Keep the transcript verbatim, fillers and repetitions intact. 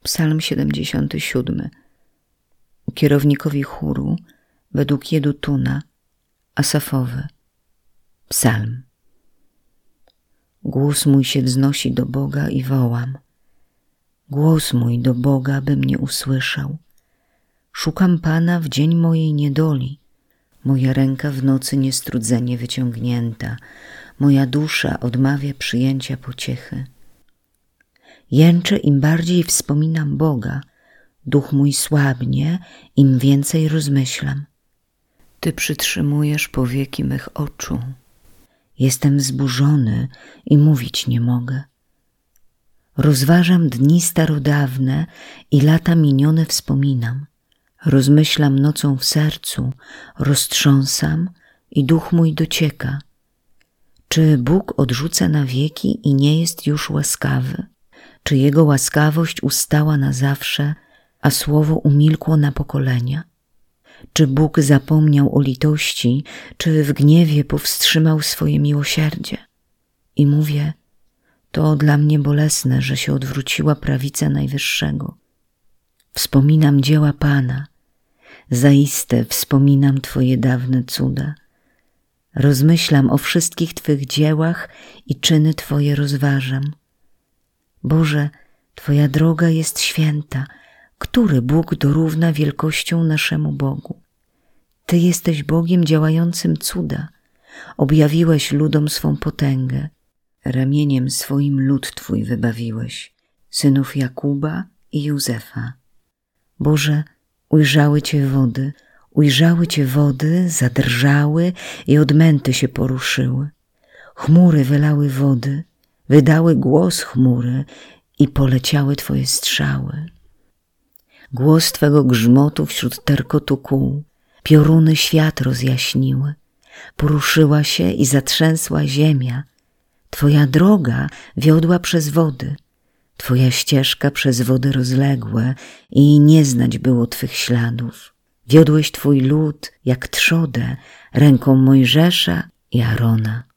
Psalm siedemdziesiąty siódmy. Kierownikowi chóru według Jedutuna, Asafowy. Psalm. Głos mój się wznosi do Boga i wołam. Głos mój do Boga, by mnie usłyszał. Szukam Pana w dzień mojej niedoli. Moja ręka w nocy niestrudzenie wyciągnięta. Moja dusza odmawia przyjęcia pociechy. Jęczę, im bardziej wspominam Boga. Duch mój słabnie, im więcej rozmyślam. Ty przytrzymujesz powieki mych oczu. Jestem wzburzony i mówić nie mogę. Rozważam dni starodawne i lata minione wspominam. Rozmyślam nocą w sercu, roztrząsam i duch mój docieka. Czy Bóg odrzuca na wieki i nie jest już łaskawy? Czy Jego łaskawość ustała na zawsze, a słowo umilkło na pokolenia? Czy Bóg zapomniał o litości, czy w gniewie powstrzymał swoje miłosierdzie? I mówię, to dla mnie bolesne, że się odwróciła prawica Najwyższego. Wspominam dzieła Pana, zaiste wspominam Twoje dawne cuda. Rozmyślam o wszystkich Twych dziełach i czyny Twoje rozważam. Boże, Twoja droga jest święta. Który Bóg dorówna wielkością naszemu Bogu? Ty jesteś Bogiem działającym cuda. Objawiłeś ludom swą potęgę. Ramieniem swoim lud Twój wybawiłeś, synów Jakuba i Józefa. Boże, ujrzały Cię wody, ujrzały Cię wody, zadrżały i odmęty się poruszyły. Chmury wylały wody, wydały głos chmury i poleciały Twoje strzały. Głos Twego grzmotu wśród terkotu kół, pioruny świat rozjaśniły. Poruszyła się i zatrzęsła ziemia. Twoja droga wiodła przez wody, Twoja ścieżka przez wody rozległe i nie znać było Twych śladów. Wiodłeś Twój lud jak trzodę ręką Mojżesza i Arona.